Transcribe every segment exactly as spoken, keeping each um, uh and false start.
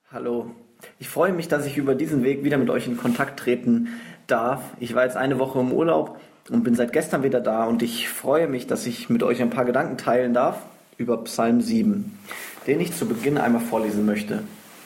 Hallo, ich freue mich, dass ich über diesen Weg wieder mit euch in Kontakt treten darf. Ich war jetzt eine Woche im Urlaub und bin seit gestern wieder da und ich freue mich, dass ich mit euch ein paar Gedanken teilen darf über Psalm sieben, den ich zu Beginn einmal vorlesen möchte.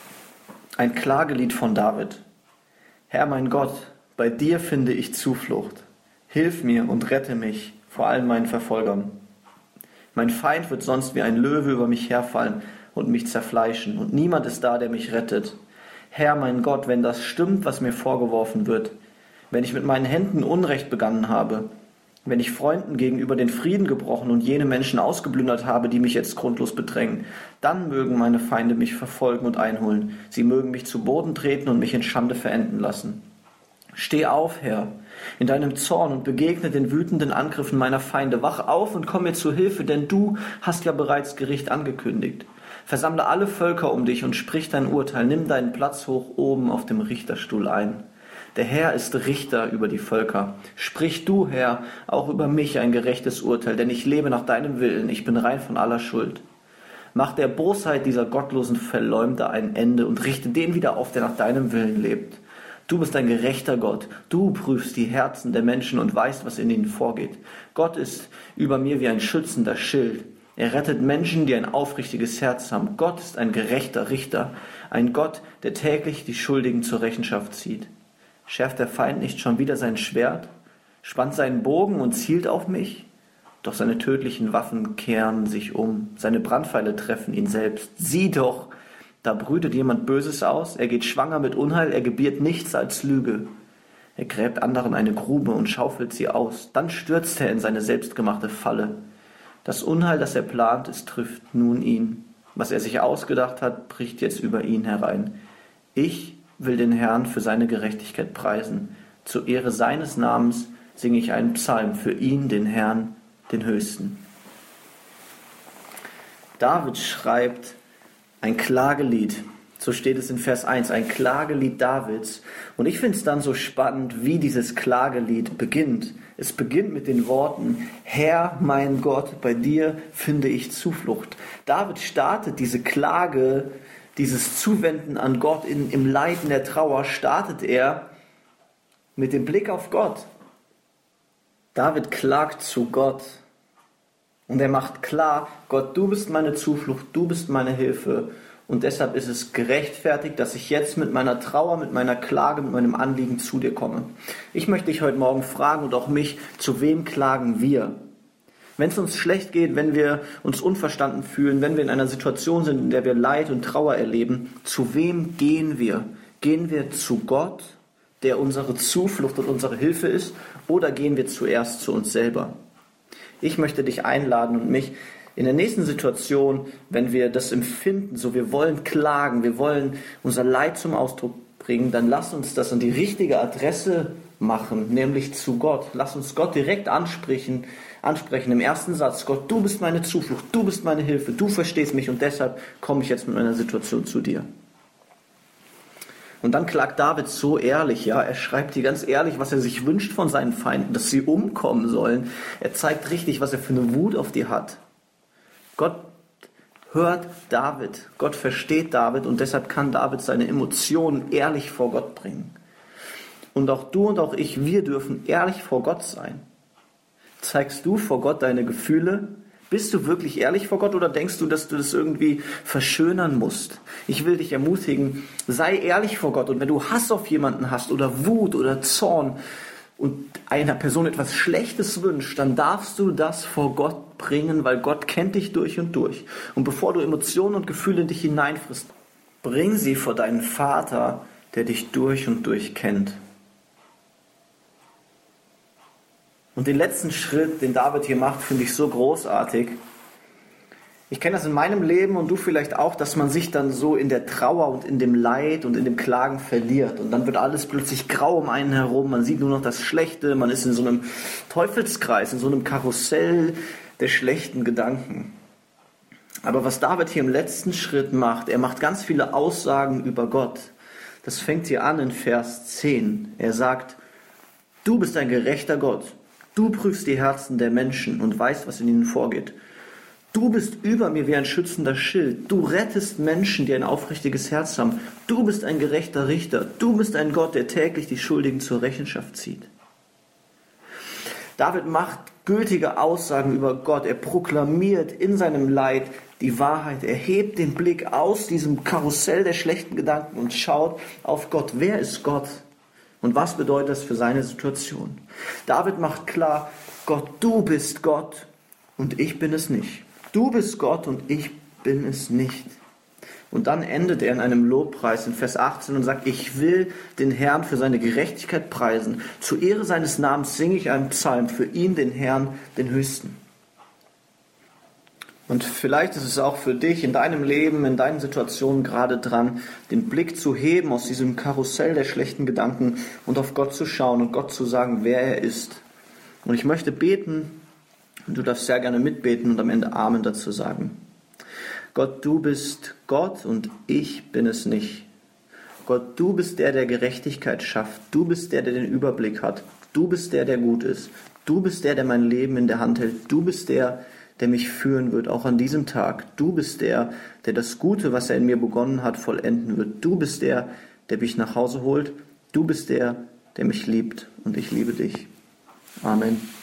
Ein Klagelied von David. Herr mein Gott, bei dir finde ich Zuflucht. Hilf mir und rette mich vor allen meinen Verfolgern. Mein Feind wird sonst wie ein Löwe über mich herfallen und mich zerfleischen, und niemand ist da, der mich rettet. Herr, mein Gott, wenn das stimmt, was mir vorgeworfen wird, wenn ich mit meinen Händen Unrecht begangen habe, wenn ich Freunden gegenüber den Frieden gebrochen und jene Menschen ausgeplündert habe, die mich jetzt grundlos bedrängen, dann mögen meine Feinde mich verfolgen und einholen. Sie mögen mich zu Boden treten und mich in Schande verenden lassen. Steh auf, Herr, in deinem Zorn und begegne den wütenden Angriffen meiner Feinde. Wach auf und komm mir zu Hilfe, denn du hast ja bereits Gericht angekündigt. Versammle alle Völker um dich und sprich dein Urteil. Nimm deinen Platz hoch oben auf dem Richterstuhl ein. Der Herr ist Richter über die Völker. Sprich du, Herr, auch über mich ein gerechtes Urteil, denn ich lebe nach deinem Willen. Ich bin rein von aller Schuld. Mach der Bosheit dieser gottlosen Verleumder ein Ende und richte den wieder auf, der nach deinem Willen lebt. Du bist ein gerechter Gott. Du prüfst die Herzen der Menschen und weißt, was in ihnen vorgeht. Gott ist über mir wie ein schützender Schild. Er rettet Menschen, die ein aufrichtiges Herz haben. Gott ist ein gerechter Richter, ein Gott, der täglich die Schuldigen zur Rechenschaft zieht. Schärft der Feind nicht schon wieder sein Schwert, spannt seinen Bogen und zielt auf mich? Doch seine tödlichen Waffen kehren sich um, seine Brandpfeile treffen ihn selbst. Sieh doch, da brütet jemand Böses aus, er geht schwanger mit Unheil, er gebiert nichts als Lüge. Er gräbt anderen eine Grube und schaufelt sie aus, dann stürzt er in seine selbstgemachte Falle. Das Unheil, das er plant, es trifft nun ihn. Was er sich ausgedacht hat, bricht jetzt über ihn herein. Ich will den Herrn für seine Gerechtigkeit preisen. Zur Ehre seines Namens singe ich einen Psalm für ihn, den Herrn, den Höchsten. David schreibt ein Klagelied. So steht es in Vers eins, ein Klagelied Davids. Und ich finde es dann so spannend, wie dieses Klagelied beginnt. Es beginnt mit den Worten, Herr, mein Gott, bei dir finde ich Zuflucht. David startet diese Klage, dieses Zuwenden an Gott in, im Leiden der Trauer, startet er mit dem Blick auf Gott. David klagt zu Gott. Und er macht klar, Gott, du bist meine Zuflucht, du bist meine Hilfe. Und deshalb ist es gerechtfertigt, dass ich jetzt mit meiner Trauer, mit meiner Klage, mit meinem Anliegen zu dir komme. Ich möchte dich heute Morgen fragen und auch mich, zu wem klagen wir? Wenn es uns schlecht geht, wenn wir uns unverstanden fühlen, wenn wir in einer Situation sind, in der wir Leid und Trauer erleben, zu wem gehen wir? Gehen wir zu Gott, der unsere Zuflucht und unsere Hilfe ist, oder gehen wir zuerst zu uns selber? Ich möchte dich einladen und mich in der nächsten Situation, wenn wir das empfinden, so wir wollen klagen, wir wollen unser Leid zum Ausdruck bringen, dann lass uns das an die richtige Adresse machen, nämlich zu Gott. Lass uns Gott direkt ansprechen, ansprechen im ersten Satz. Gott, du bist meine Zuflucht, du bist meine Hilfe, du verstehst mich und deshalb komme ich jetzt mit meiner Situation zu dir. Und dann klagt David so ehrlich, ja, er schreibt hier ganz ehrlich, was er sich wünscht von seinen Feinden, dass sie umkommen sollen. Er zeigt richtig, was er für eine Wut auf die hat. Gott hört David, Gott versteht David und deshalb kann David seine Emotionen ehrlich vor Gott bringen. Und auch du und auch ich, wir dürfen ehrlich vor Gott sein. Zeigst du vor Gott deine Gefühle? Bist du wirklich ehrlich vor Gott oder denkst du, dass du das irgendwie verschönern musst? Ich will dich ermutigen, sei ehrlich vor Gott und wenn du Hass auf jemanden hast oder Wut oder Zorn und einer Person etwas Schlechtes wünscht, dann darfst du das vor Gott bringen, weil Gott kennt dich durch und durch. Und bevor du Emotionen und Gefühle in dich hineinfrisst, bring sie vor deinen Vater, der dich durch und durch kennt. Und den letzten Schritt, den David hier macht, finde ich so großartig. Ich kenne das in meinem Leben und du vielleicht auch, dass man sich dann so in der Trauer und in dem Leid und in dem Klagen verliert. Und dann wird alles plötzlich grau um einen herum. Man sieht nur noch das Schlechte. Man ist in so einem Teufelskreis, in so einem Karussell der schlechten Gedanken. Aber was David hier im letzten Schritt macht, er macht ganz viele Aussagen über Gott. Das fängt hier an in Vers zehn. Er sagt, du bist ein gerechter Gott. Du prüfst die Herzen der Menschen und weißt, was in ihnen vorgeht. Du bist über mir wie ein schützender Schild. Du rettest Menschen, die ein aufrichtiges Herz haben. Du bist ein gerechter Richter. Du bist ein Gott, der täglich die Schuldigen zur Rechenschaft zieht. David macht gültige Aussagen über Gott. Er proklamiert in seinem Leid die Wahrheit. Er hebt den Blick aus diesem Karussell der schlechten Gedanken und schaut auf Gott. Wer ist Gott? Und was bedeutet das für seine Situation? David macht klar, Gott, du bist Gott und ich bin es nicht. Du bist Gott und ich bin es nicht. Und dann endet er in einem Lobpreis in Vers achtzehn und sagt, ich will den Herrn für seine Gerechtigkeit preisen. Zur Ehre seines Namens singe ich einen Psalm, für ihn, den Herrn, den Höchsten. Und vielleicht ist es auch für dich in deinem Leben, in deinen Situationen gerade dran, den Blick zu heben aus diesem Karussell der schlechten Gedanken und auf Gott zu schauen und Gott zu sagen, wer er ist. Und ich möchte beten, und du darfst sehr gerne mitbeten und am Ende Amen dazu sagen. Gott, du bist Gott und ich bin es nicht. Gott, du bist der, der Gerechtigkeit schafft. Du bist der, der den Überblick hat. Du bist der, der gut ist. Du bist der, der mein Leben in der Hand hält. Du bist der, der mich führen wird, auch an diesem Tag. Du bist der, der das Gute, was er in mir begonnen hat, vollenden wird. Du bist der, der mich nach Hause holt. Du bist der, der mich liebt und ich liebe dich. Amen.